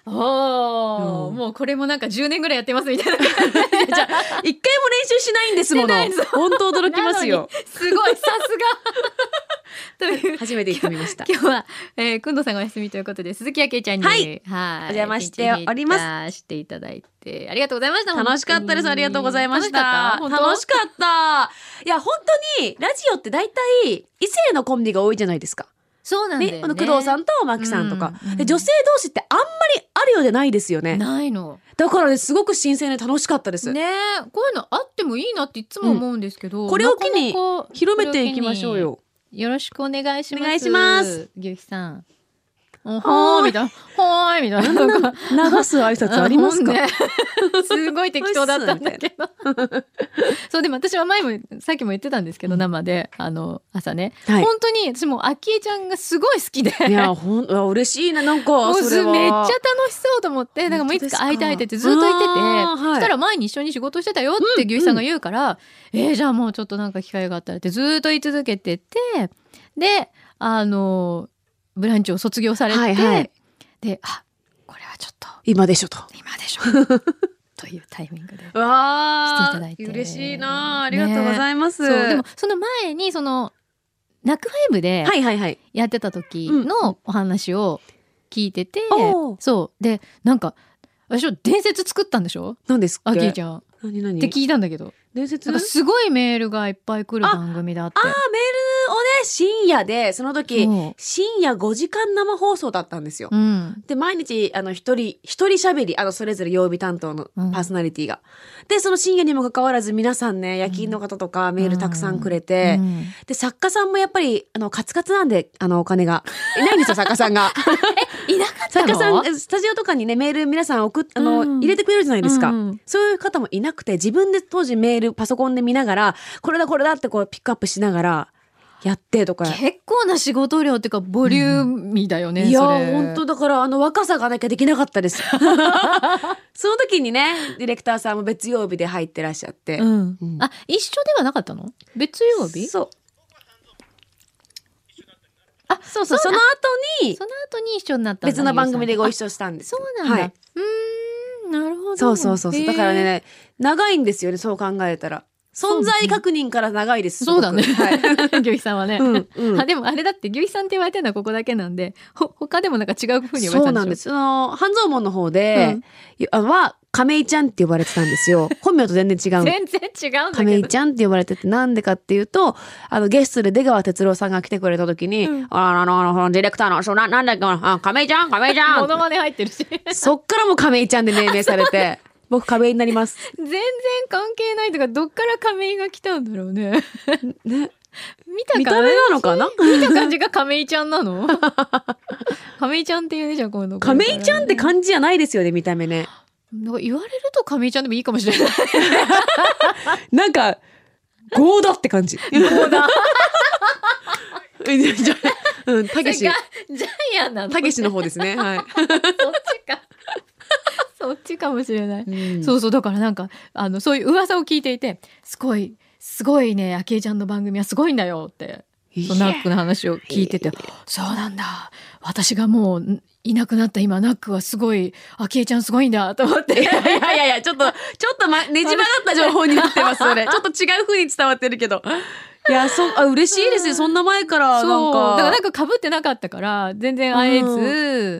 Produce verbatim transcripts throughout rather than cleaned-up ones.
ああ、うん、もうこれもなんかじゅうねんぐらいやってますみたいなじゃあ一回も練習しないんですもの。本当驚きますよ。 すごい、さすがという初めて行ってみました。 今日は、えー、くんどさんがお休みということで鈴木あきえちゃんに、 はい、はいお邪魔しております。 していただいてありがとうございました。 楽しかったです。ありがとうございました。楽しかった。いや本当にラジオって大体異性のコンビが多いじゃないですか。 そうなんだよね。 ね、工藤さんとマキさんとか、うんうん、で女性同士ってあんまりあるようでないですよね。 ないの。 だからねすごく新鮮で楽しかったですね。こういうのあってもいいなっていつも思うんですけど、 うん、これを機に広めていきましょうよ。 よろしくお願いします。 お願いします。 牛肥さん。ほーみたいな、ほーみたいな、なんか流す挨拶ありますか？ ね、すごい適当だったんだけど。そうでも私は前もさっきも言ってたんですけど、生であの朝ね、はい、本当に私もあきえちゃんがすごい好きで、 いやほん嬉しいななんかそれはめっちゃ楽しそうと思って、だからもういつか会いたいってずっと言ってて、はい、そしたら前に一緒に仕事してたよって牛肥さんが言うから、うんうん、えー、じゃあもうちょっとなんか機会があったらってずっと言い続けてて、であのブランチを卒業されて、はいはい、であこれはちょっと今でしょと今でしょというタイミングでわしていただいて嬉しいなありがとうございます、 ね、そうでもその前にそのナックファイブでやってた時のお話を聞いてて、うん、そうでなんか私は伝説作ったんでしょ。 何ですかあきえちゃん何何って聞いたんだけど、 伝説なんかすごいメールがいっぱい来る番組だって。 ああメールをね深夜でその時深夜ごじかん生放送だったんですよ、うん、で毎日あの一人一人喋りあのそれぞれ曜日担当のパーソナリティが、うん、でその深夜にもかかわらず皆さんね夜勤の方とかメールたくさんくれて、うん、で作家さんもやっぱりあのカツカツなんであのお金がいないんですよ作家さんがいなかったの？ 作家さんスタジオとかにねメール皆さん送っあの、うん、入れてくれるじゃないですか、うん、そういう方もいなくて自分で当時メールパソコンで見ながらこれだこれだってこうピックアップしながらやってとか。 結構な仕事量っていうかボリューミーだよね、うん、 いや本当だからあの若さがなきゃできなかったですその時にねディレクターさんも別曜日で入ってらっしゃって、 うんうん、あ一緒ではなかったの？別曜日？ そうあそうそうその後にその後に一緒になったんだ。 別の番組でご一緒したんです。 そうなんだ、はい、うーんなるほど。 そうそうそうそうだからね長いんですよねそう考えたら。存在確認から長いです。 そうだね。はい、牛肥さんはね。 うんうん、 あでもあれだって牛肥さんって言われてるのはここだけなんで、ほ他でもなんか違う風に言われたんでしょ。 そうなんです。その半蔵門の方で、うん、は亀井ちゃんって呼ばれてたんですよ。本名と全然違う。 全然違うんだけど。 亀井ちゃんって呼ばれててなんでかっていうと、あのゲストで出川哲朗さんが来てくれた時に、うん、あのあのあのディレクターのそうななんだっけあ亀井ちゃん亀井ちゃん。 モノマネ入ってるし。 そっからも亀井ちゃんで命名されて。僕亀井になります。 全然関係ないとかどっから亀井が来たんだろうね。ね見た見た目なのかな。 見た感じが亀井ちゃんなの。亀井ちゃんっていうねじゃあこういうの。 亀井ちゃんって感じじゃないですよね見た目ね。 なんか言われると亀井ちゃんでもいいかもしれない。 なんかゴーダって感じ。ゴーダ。うん、たけし。ジャイアンなの。 たけしの方ですね。はい。 そっちか。そっちかもしれない、うん、そうそうだからなんかあのそういう噂を聞いていてすごいすごいねあきえちゃんの番組はすごいんだよってそのナックの話を聞いててそうなんだ私がもういなくなった今ナックはすごいあきえちゃんすごいんだと思っていやいやいやいやちょっとちょっと、ま、ねじ曲がった情報になってますそれちょっと違う風に伝わってるけどいやそあ嬉しいですね、うん、そんな前からなんかだからなんか被ってなかったから全然会えず、うん、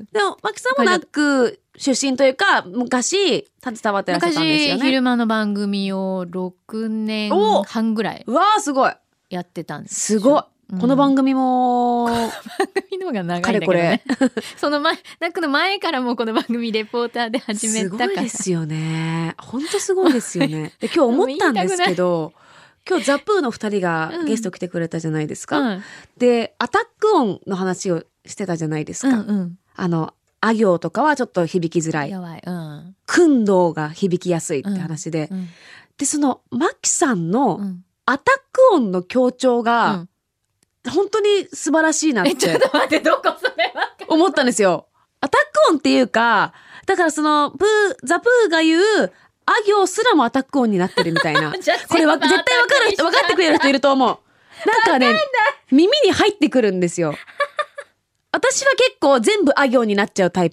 でもマキさんもナック出身というか昔携わってらっしゃったんですよね。 昔昼間の番組をろくねんはんぐらいわあすごいやってたんですすごい、うん、この番組もこの番組の方が長いんだけどねその前ナックの前からもうこの番組レポーターで始めたからすごいですよね本当すごいですよねで今日思ったんですけど今日ザ・プーのふたりがゲスト来てくれたじゃないですか、うん、でアタック音の話をしてたじゃないですか、うんうん、あのあ行とかはちょっと響きづらい弱い、うん、 訓導が響きやすいって話で、うんうん、でそのマキさんのアタック音の強調が本当に素晴らしいなって、うん、 ちょっと待ってどこそれは思ったんですよ。アタック音っていうかだからそのプーザ・プーが言うあ行すらもアタック音になってるみたいなこれは絶対分かる人分かってくれる人いると思うなんかね耳に入ってくるんですよ私は結構全部あ行になっちゃうタイプ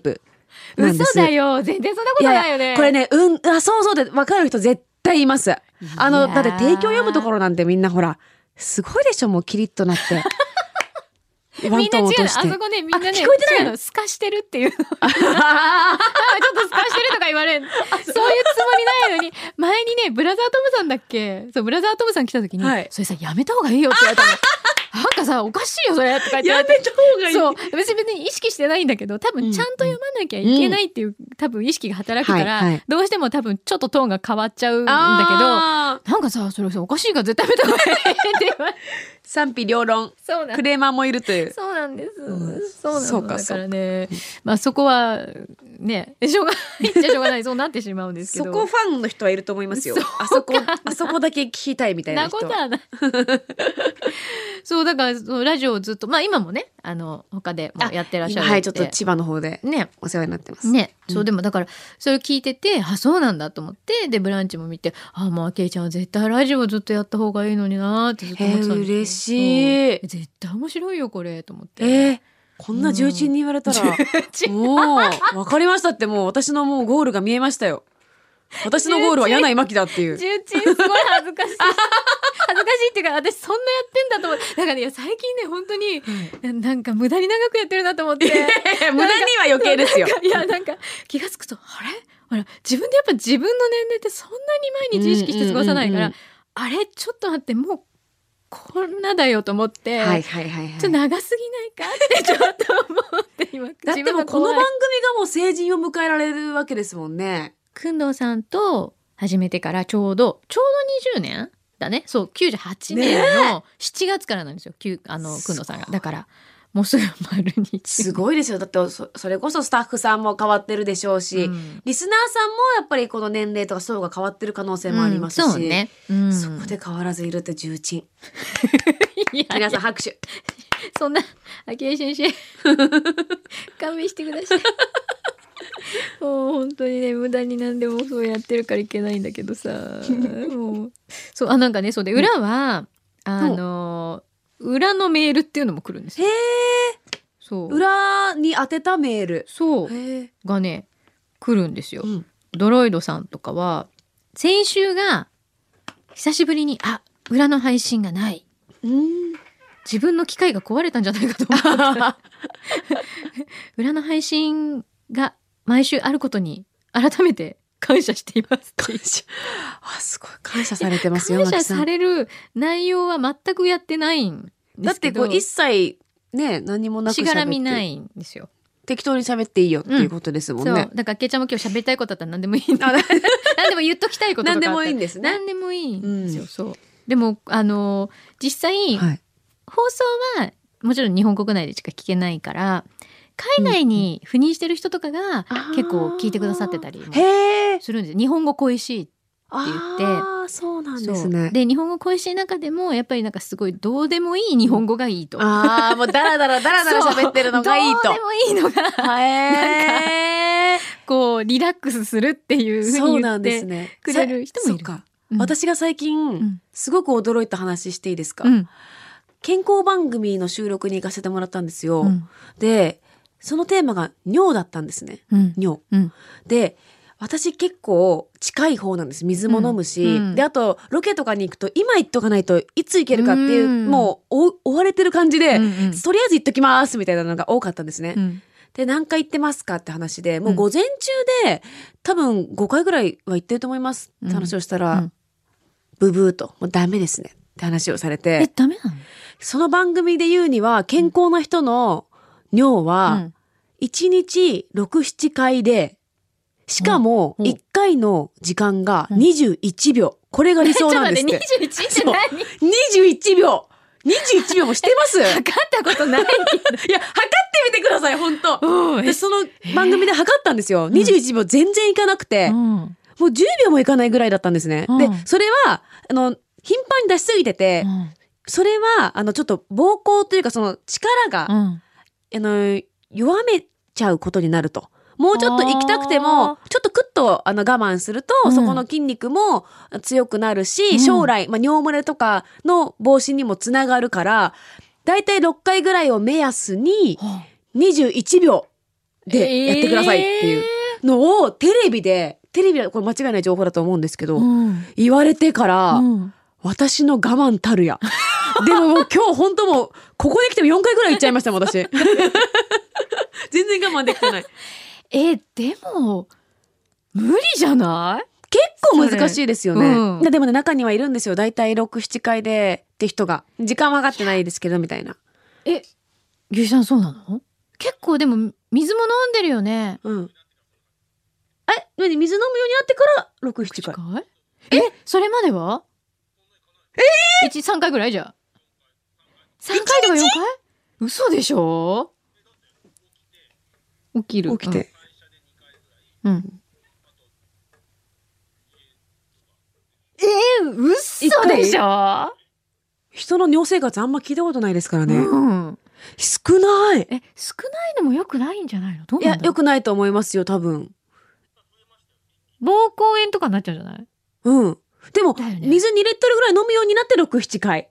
なんです。 嘘だよ。全然そんなことないよね。 いやいやこれね、うん、あ、そうそうって分かる人絶対います。あの、だって提供読むところなんてみんなほら、すごいでしょ、もうキリッとなって。 みんな違うの。あそこね、みんなね、 聞こえてないのすかしてるっていうの。ちょっとすかしてるとか言われる。そういうつもりないのに、前にね、ブラザートムさんだっけ、そう、ブラザートムさん来た時に、はい、それさ、やめた方がいいよって言われたの。なんかさ、おかしいよ、それとか言って。 やめた方がいい。 そう。別に別に意識してないんだけど、多分ちゃんと読まなきゃいけないっていう、うん、多分意識が働くから、はいはい、どうしても多分ちょっとトーンが変わっちゃうんだけど、なんかさ、それさ、おかしいから絶対やめた方がいいって言われて。賛否両論。そうなんクレーマーもいるという。 そうなんです。うん、そうなんそうかだからね、まあそこは、ね、しょうがないっちゃしょうがない。そうなってしまうんですけど。 そこファンの人はいると思いますよ。あそこ、あそこだけ聞きたいみたいな人は。なことはない。 そうだからそのラジオをずっとまあ今もねあの他でもやってらっしゃるはいちょっと千葉の方でねお世話になってますね、うん、そうでもだからそれ聞いててあそうなんだと思ってでブランチも見てあもうあけいちゃんは絶対ラジオずっとやった方がいいのになってずっと思ってたんですよ。 嬉しい絶対面白いよこれと思って、 えー、こんな重鎮に言われたら、うん、もう分かりましたってもう私のもうゴールが見えましたよ。私のゴールは柳井真紀だっていう重鎮すごい恥ずかしい恥ずかしいっていうか私そんなやってんだと思ってだからね最近ね本当に、うん、なんか無駄に長くやってるなと思って無駄には余計ですよ。 いやなんか気がつくとあれあれ自分でやっぱ自分の年齢ってそんなに毎日意識して過ごさないから、うんうんうんうん、あれちょっと待ってもうこんなだよと思って、はいはいはいはい、ちょっと長すぎないかってちょっと思って今だってもうこの番組がもう成人を迎えられるわけですもんね。 くんどうさんと始めてからちょうどちょうどにじゅうねんだね。そうきゅうじゅうはちねんのしちがつからなんですよ、ね、あのくんどうさんがだからもうすぐ丸にすごいですよ。だって そ, それこそスタッフさんも変わってるでしょうし、うん、リスナーさんもやっぱりこの年齢とか層が変わってる可能性もありますし、うんそうねうん、そこで変わらずいるって重鎮いや皆さん拍手そんなあきえ先生勘弁してくださいもう本当にね無駄に何でもそうやってるからいけないんだけどさもうそうあなんかねそうで裏は、うん、あの裏のメールっていうのも来るんですよ。へーそう裏に当てたメールそうがね来るんですよ、うん、ドロイドさんとかは先週が久しぶりにあ裏の配信がないうん自分の機械が壊れたんじゃないかと思った裏の配信が毎週あることに改めて感謝しています感謝あすごい感謝されてますよ。 感謝される内容は全くやってないんですけどだってこう一切ね何もなく喋ってしがらみないんですよ。 適当に喋っていいよっていうことですもんね、うん、 そうだからけいちゃんも今日喋りたいことだったら何でもいいんだ何でも言っときたいこととか何でもいいんですね。 何でもいいんですよ、うん、そうでもあの実際、はい、放送はもちろん日本国内でしか聞けないから海外に赴任してる人とかが結構聞いてくださってたりもするんです。日本語恋しいって言ってあそうなんですね。 で日本語恋しい中でもやっぱりなんかすごいどうでもいい日本語がいいと、 うん、あもうダラダラダラダラ喋ってるのがいいとどうでもいいのがへなんかこうリラックスするっていうふうに言ってくれる人もいる。 そうか、うん、私が最近、うん、すごく驚いた話していいですか、うん、健康番組の収録に行かせてもらったんですよ、うん、でそのテーマが尿だったんですね、うん、尿、うん、で私結構近い方なんです。水も飲むし、うん、であとロケとかに行くと今言っとかないといつ行けるかっていう、うん、もう追われてる感じで、うんうん、とりあえず行っときますみたいなのが多かったんですね、うん、で何回行ってますかって話でもう午前中で多分ごかいぐらいは行ってると思いますって話をしたら、うんうん、ブブーともうダメですねって話をされてえダメなの？ その番組で言うには健康な人の尿はいちにちろく、ななかいでしかもいっかいの時間がにじゅういちびょう、うん、これが理想なんですって。 にじゅういちって何？ にじゅういちびょうにじゅういちびょうもしてます測ったことないけどいや測ってみてください本当でその番組で測ったんですよ、にじゅういちびょう全然いかなくて、うん、もうじゅうびょうもいかないぐらいだったんですね、うん、でそれはあの頻繁に出しすぎてて、うん、それはあのちょっと膀胱というかその力が、うん、あの弱めちゃうことになると。もうちょっと行きたくてもちょっとクッとあの我慢すると、うん、そこの筋肉も強くなるし、うん、将来、まあ、尿漏れとかの防止にもつながるからだいたいろっかいぐらいを目安ににじゅういちびょうでやってくださいっていうのをテレビで、テレビはこれ間違いない情報だと思うんですけど、うん、言われてから、うん、私の我慢たるや。でももう今日本当もうここに来てもよんかいぐらい行っちゃいましたもん私。全然我慢できてない。 えでも無理じゃない？ 結構難しいですよね、うん、でもね中にはいるんですよ。だいたいろく、ななかいでって人が時間はかかってないですけどみたいな。 え牛さんそうなの？結構でも水も飲んでるよね。 うん。え水飲むようになってからろく、ななかい。 えそれまではえー、いち、さんかいぐらいじゃさんかいとかよんかい？嘘でしょ？起きる起きてうん、うん、えー、嘘でしょ？ 人の尿生活あんま聞いたことないですからね、うん、少ない。 え少ないのも良くないんじゃないの？どうなんだろう？ いや良くないと思いますよ多分。 膀胱炎とかになっちゃうんじゃない？ うん。でも、ね、水にリットルぐらい飲むようになってろく、ななかい。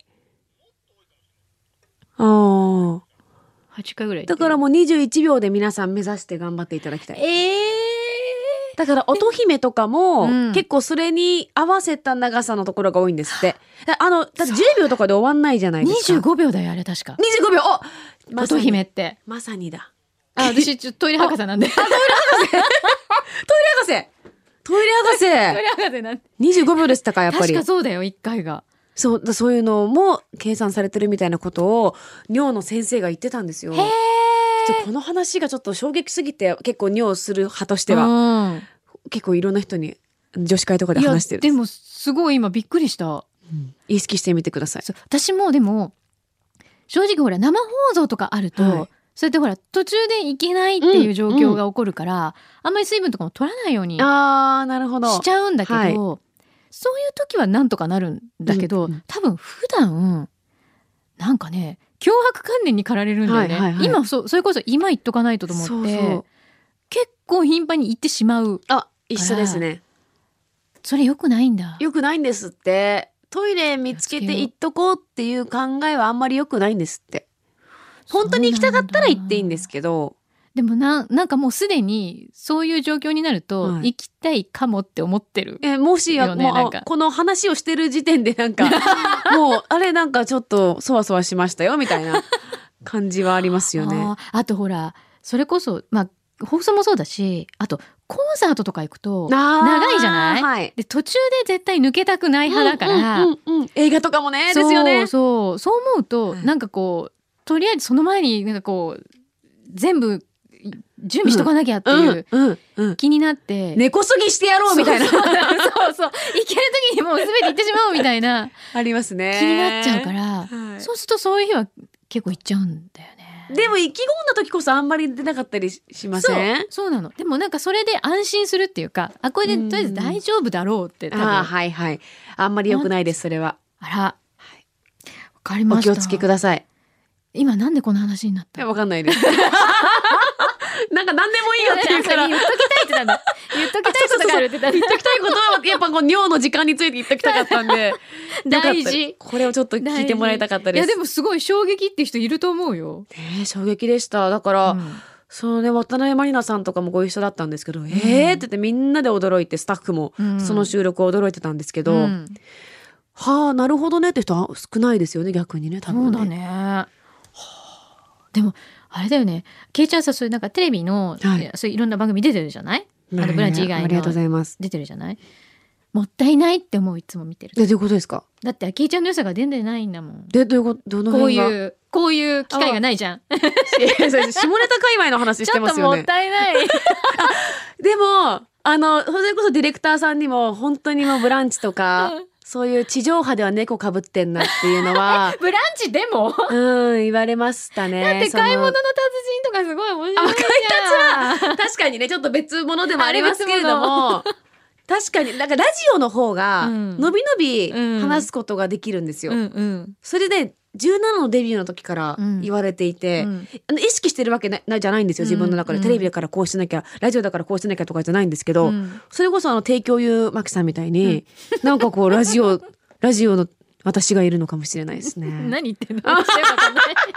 ああ。はちかいぐらい。 だからもうにじゅういちびょうで皆さん目指して頑張っていただきたい。 ええー。だから乙姫とかも、うん、結構それに合わせた長さのところが多いんですって。あの、だってじゅうびょうとかで終わんないじゃないですか。 にじゅうごびょうだよあれ確か。 にじゅうごびょうお、 ま、乙姫って。 まさにだ。 あ、私ちょっとトイレ博士なんで。あ、トイレ博士トイレ博士トイレ博士トイレ博士なんてにじゅうごびょうでしたかやっぱり。 確かそうだよいっかいが。 そうそういうのも計算されてるみたいなことを尿の先生が言ってたんですよ。へー。この話がちょっと衝撃すぎて結構尿する派としては、うん、結構いろんな人に女子会とかで話してる。 いやでもすごい今びっくりした、うん、 意識してみてください。 私もでも正直ほら生放送とかあると、はい、そうやってほら途中で行けないっていう状況が起こるから、うんうん、あんまり水分とかも取らないようにしちゃうんだけど、はい、そういう時はなんとかなるんだけど、うんうん、多分普段なんかね強迫観念に駆られるんだよね、はいはいはい、今 そ, それこそ今言っとかないとと思ってそうそう結構頻繁に行ってしまう。 あ一緒ですね。 それ良くないんだ。 良くないんですって。トイレ見つけて行っとこうっていう考えはあんまり良くないんですって。本当に行きたかったら行っていいんですけど、 でも な, なんかもうすでにそういう状況になると、はい、行きたいかもって思ってる、 えもしや、ね、もうこの話をしてる時点でなんかもうあれなんかちょっとそわそわしましたよみたいな感じはありますよね。 あ, あとほらそれこそまあ放送もそうだしあとコンサートとか行くと長いじゃない、はい、で途中で絶対抜けたくない派だから、うんうんうんうん、 映画とかもねですよね。 そうそう思うと、はい、なんかこうとりあえずその前になんかこう全部準備しとかなきゃっていう気になって、うんうんうん、 根こそぎしてやろうみたいなそうそうそうそう行ける時にもう全て行ってしまおうみたいなありますね。 気になっちゃうから、はい、そうするとそういう日は結構行っちゃうんだよね。 でも意気込んだ時こそあんまり出なかったりしません？ そう、そうなの。でもなんかそれで安心するっていうかあこれでとりあえず大丈夫だろうって多分あはいはいあんまり良くないですそれは。 あら、はい、わかりました。 お気をつけください。 今なんでこの話になった？ いやわかんないですなんか何でもいいよって言うから言っときたいって言ったんだ言っときたいことがあるって言ったんだ言っときたいことはやっぱこう尿の時間について言っときたかったんで大事これをちょっと聞いてもらいたかったです。 いやでもすごい衝撃って人いると思うよ、 ね、衝撃でした。だから、うん、そのね渡辺満里奈さんとかもご一緒だったんですけど、うん、えーって言ってみんなで驚いてスタッフもその収録を驚いてたんですけど、うん、はあなるほどねって人は少ないですよね逆にね多分ね。 そうだね。はあ、でもあれだよねけいちゃんさそういうなんかテレビの、はい、そういういろんな番組出てるじゃない、あのブランチ以外のありがとうございます出てるじゃない。もったいないって思ういつも見てる。 えどういうことですか？ だってけいちゃんの良さが出てないんだもん。 でどういうことどの辺がこういうこういう機会がないじゃん下ネタ界隈の話してますよね。 ちょっともったいないでもあのそれこそディレクターさんにも本当にもうブランチとか、うん、そういう地上波では猫かぶってんなっていうのはブランチでもうん言われましたね。 だって買い物の達人とかすごい面白いじゃん。 買い達は確かにねちょっと別物でもありますけれども確かになんかラジオの方がのびのび話すことができるんですよ、うんうん、それでじゅうななのデビューの時から言われていて、うんうん、意識してるわけなじゃないんですよ自分の中で、うんうん、テレビだからこうしなきゃラジオだからこうしなきゃとかじゃないんですけど、うん、それこそあの提供優真紀さんみたいに、うん、なんかこうラジオラジオの私がいるのかもしれないですね。 何言ってんの？わかんない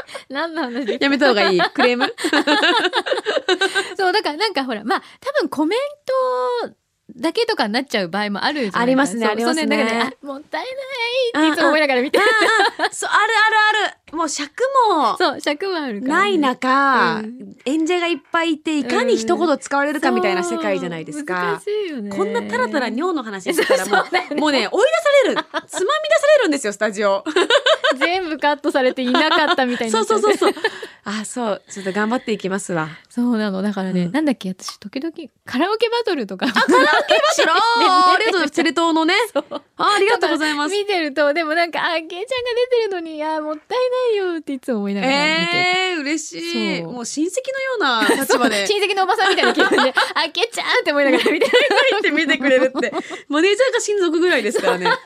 何の話ですか。 やめた方がいいクレームそうだからなんかほらまあ多分コメントだけとかになっちゃう場合もあるじゃないですか。 ありますね、ありますね。 だからね、もったいないっていつも思いながら見てる。 そう、あるあるある。もう尺もそう尺もあるから、ね、 ない中、 うん、 演者がいっぱいいていかに一言使われるかみたいな世界じゃないですか。 難しいよね。 こんなタラタラ尿の話してたらもう、ね、もうね追い出される、つまみ出されるんですよスタジオ。 全部カットされていなかったみたいな。 そうそうそうそう。あ、そうちょっと頑張っていきますわ。 そうなのだからね、うん、なんだっけ私時々カラオケバトルとか。 あ、カラオケバトル。あ、ありがとうございます。テレ東のね。あ、ありがとうございます。 見てるとでもなんかあけいちゃんが出てるのにあもったいないよっていつも思いながら見てる。 えー、嬉しい。もう親戚のような立場で。 親戚のおばさんみたいな気分であけちゃんって思いながら見てる。 って見てくれるってマネージャーが親族ぐらいですからね。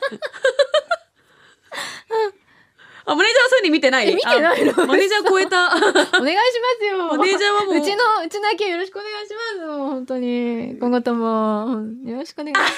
あ、マネージャーはそういうに見てない？ 見てないの？ マネージャー超えた。お願いしますよ。 マネージャーはもう。 うちの、うちの秋よろしくお願いします。もう本当に。今後とも、よろしくお願いします。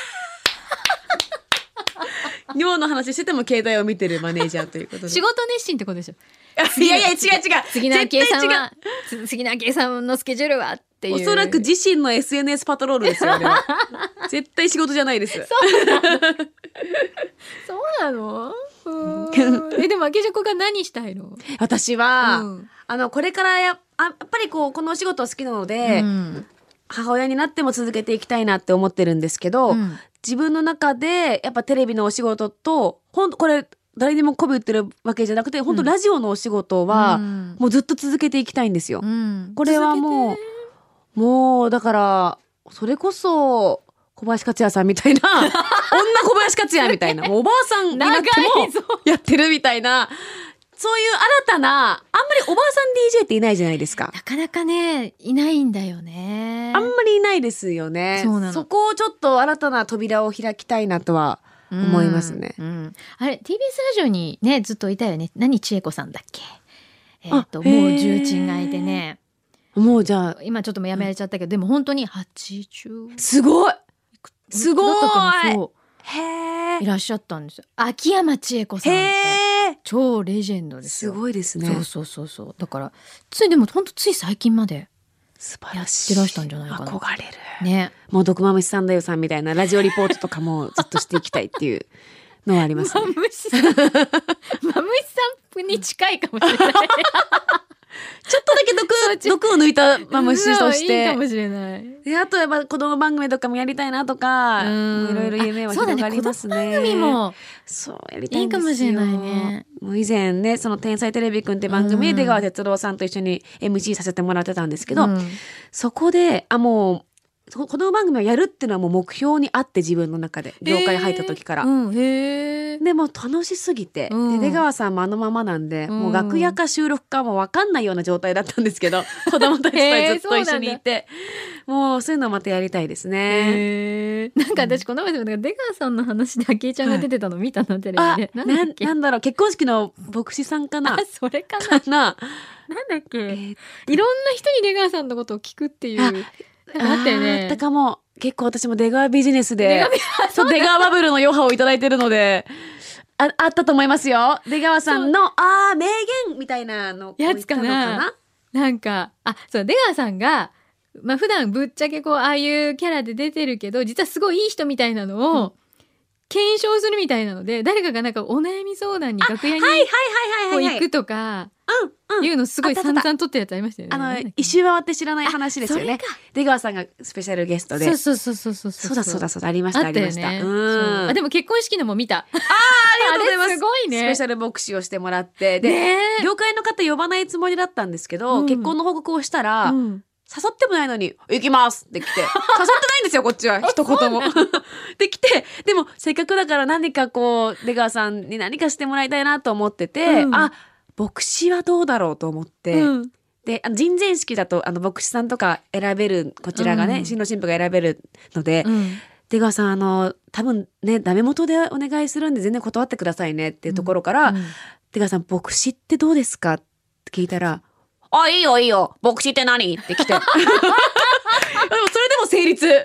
尿の話してても携帯を見てるマネージャーということで。 仕事熱心ってことでしょ。 いやいや、違う違う。 次の秋江さんは、次の秋江さんのスケジュールはっていう。 おそらく自身の エスエヌエス パトロールですよね。絶対仕事じゃないです。 そうなの？そうなの？えでもあけじゃこが何したいの？ 私は、うん、あのこれからや、あ、やっぱりこうこのお仕事好きなので、うん、母親になっても続けていきたいなって思ってるんですけど、うん、自分の中でやっぱテレビのお仕事とほんこれ誰にも媚び売ってるわけじゃなくて本当ラジオのお仕事は、うん、もうずっと続けていきたいんですよ。うん、これはもうもうだからそれこそ小林克也さんみたいな女小林克也みたいなもうおばあさんになってもやってるみたいなそういう新たなあんまりおばあさん ディージェー っていないじゃないですか。 なかなかねいないんだよね。 あんまりいないですよね。そうなの。そこをちょっと新たな扉を開きたいなとは思いますね。 うんうん、あれ ティービーエス ラジオにねずっといたよね。何千恵子さんだっけ。えー、っともう重鎮がいてね。 もうじゃあ今ちょっともやめられちゃったけど、うん、でも本当にはちじゅうすごいすごいそうへーいらっしゃったんですよ。秋山千恵子さんって超レジェンドですよ。 すごいですね。 そうそうそうそうだからついでも本当つい最近までやってらしたんじゃないかな。 憧れるね。 もう毒まむしさんだよさんみたいなラジオリポートとかもずっとしていきたいっていうのはありますね。 まむしさんまむしさんに近いかもしれないちょっとだけ毒毒を抜いたマムシとしていいかもしれない。 であとやっぱ子供番組とかもやりたいなとかいろいろ夢は広がりますね。 そうだね、子供番組もそうやりたいんですよ。 いいかもしれないね。 もう以前ねその天才テレビくんって番組で出川哲朗さんと一緒に エムシー させてもらってたんですけど、うん、そこであもう子供番組をやるっていうのはもう目標にあって自分の中で業界入った時から、えーうんへー、でも楽しすぎて、うん、で出川さんもあのままなんで、うん、もう楽屋か収録かも分かんないような状態だったんですけど子供たちとずっと一緒にいて、えー、もうそういうのをまたやりたいですね。 えー、なんか私この前でも出川さんの話であきえちゃんが出てたの見たのテレビで。 なんだっけ。な、なんだろう結婚式の牧師さんかな。 あそれかな。 かななんだっけ、えー、いろんな人に出川さんのことを聞くっていう。 あったよね。あったかも。結構私も出川ビジネスでそう出川バブルの余波をいただいてるので あ, あったと思いますよ。出川さんのあ名言みたいなのやつかな。かななんかあそう出川さんがまあ普段ぶっちゃけこうああいうキャラで出てるけど実はすごいいい人みたいなのを、うん検証するみたいなので誰かがなんかお悩み相談に楽屋に行くとかいうのすごい散々撮ってるやつありましたよね。 あの一周回って知らない話ですよね。出川さんがスペシャルゲストでそうそうそうそうそうそうだそうだそうだありましたありました。 うんあでも結婚式のも見た。ああありがとうございます。 すごいね。 スペシャル牧師をしてもらってで業界の方呼ばないつもりだったんですけど、うん、結婚の報告をしたら、うん誘ってもないのに行きますって来て誘ってないんですよこっちは一言もで来てでもせっかくだから何かこう出川さんに何かしてもらいたいなと思ってて、うん、あ牧師はどうだろうと思って、うん、であの人前式だとあの牧師さんとか選べるこちらがね、うん、新郎新婦が選べるので、うん、出川さんあの多分ねダメ元でお願いするんで全然断ってくださいねっていうところから、うんうん、出川さん牧師ってどうですかって聞いたらあ、いいよいいよ牧師って何って来てでもそれでも成立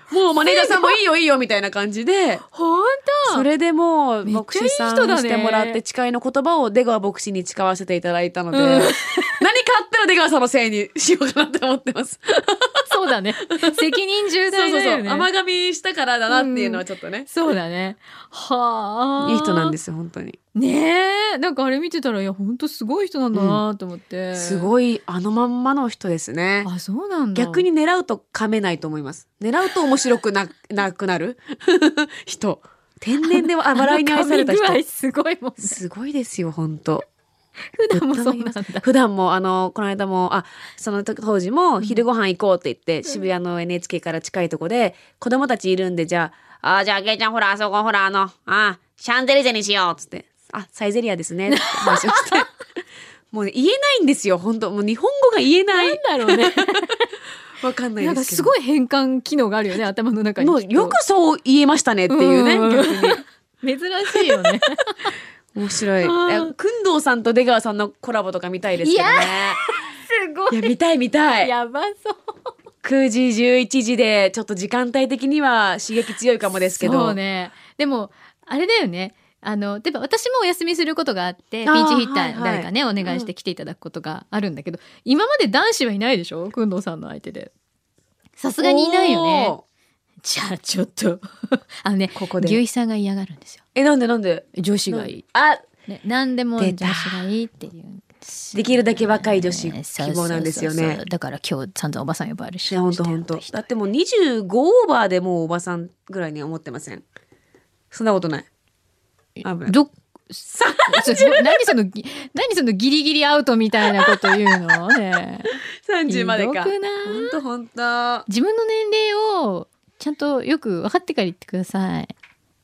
もうマネージャーさんもいいよいいよみたいな感じで本当それでもう牧師さんめっちゃいい人だねしてもらって誓いの言葉を出川牧師に誓わせていただいたので、うん、何かあったら出川さんのせいにしようかなって思ってますそうだね責任重大だよね。 そうそうそう甘噛みしたからだなっていうのはちょっとね、うん、 そうだね。はあいい人なんですよ本当にねえ。なんかあれ見てたらいや本当すごい人なんだなと思って、うん、 すごいあのまんまの人ですね。 あそうなんだ。 逆に狙うと噛めないと思います。狙うと面白く な, なくなる人天然で笑いに愛された人すごいもん、ね、 すごいですよ本当普段もそうなんだ。 普段もあのこの間もあその当時も昼ご飯行こうって言って、うん、渋谷の エヌエイチケー から近いとこで子供たちいるんでじゃああじゃあけいちゃんほらあそこほらあのあシャンゼリゼにしようっつってあサイゼリアですねって話をしてもう、ね、言えないんですよ本当もう日本語が言えない。 なんだろうねわかんないですけどなんかすごい変換機能があるよね頭の中に。 もうよくそう言えましたねっていうね、うん、逆に珍しいよね面白い。工藤さんと出川さんのコラボとか見たいですけどね。 いやすごい。 いや見たい見たい。 やばそう。 くじじゅういちじでちょっと時間帯的には刺激強いかもですけど。 そうね。でもあれだよね。あのでも私もお休みすることがあってピンチヒッター誰かね、はいはい、お願いして来ていただくことがあるんだけど、うん、今まで男子はいないでしょ工藤さんの相手で。さすがにいないよね。じゃあちょっとあのねここで牛肥さんが嫌がるんですよ。 えなんでなんで女子がいい。 あ、 ね、何でも女子がいいっていう。 できるだけ若い女子希望なんですよね。そうそうそうそうだから今日散々おばさん呼ばれるし。 いや本当本当。だってもうにじゅうごオーバーでもうおばさんぐらいに思ってません。そんなことない。 あどさ何その何そのギリギリアウトみたいなこと言うのね。 さんじゅうまでか。 本当本当。 自分の年齢をちゃんとよく分かってから言ってください。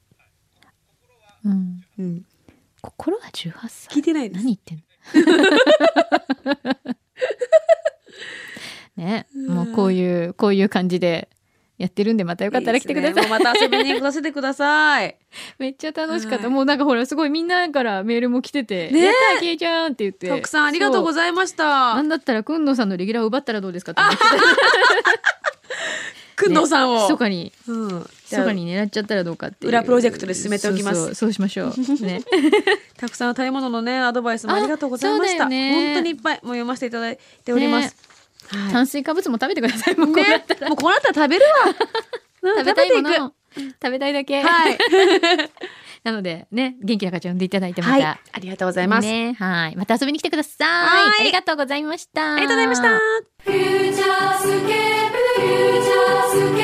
うんうん。心はじゅうはっさい。 聞いてないです。 何言ってんの。ね、もうこういうこういう感じでやってるんでまたよかったら来てください。いいですね、 もうまた遊びに来させてください。 めっちゃ楽しかった。もうなんかほらすごいみんなからメールも来てて、 ね、 やったけいちゃんって言って、 たくさんありがとうございました。 なんだったらくんのさんのレギュラーを奪ったらどうですかって思ってくんのさんを、 ね、密かに、 うん、 密かに狙っちゃったらどうかっていう裏プロジェクトで進めておきます。 そうそう、そうしましょうね。 たくさん食べ物のねアドバイスもありがとうございました。本当にいっぱいもう読ませていただいております。ね、はい、炭水化物も食べてください。もうこうなったら、 ね、もうこうなったら食べるわ。 食べたいもの食べたいだけ。 はい。 なのでね元気な形を呼んでいただいてまた、 はい、ありがとうございます。 ね、はい、また遊びに来てください。 はい、 ありがとうございました。 ありがとうございました。フューチャースケープ、フューチャースケープ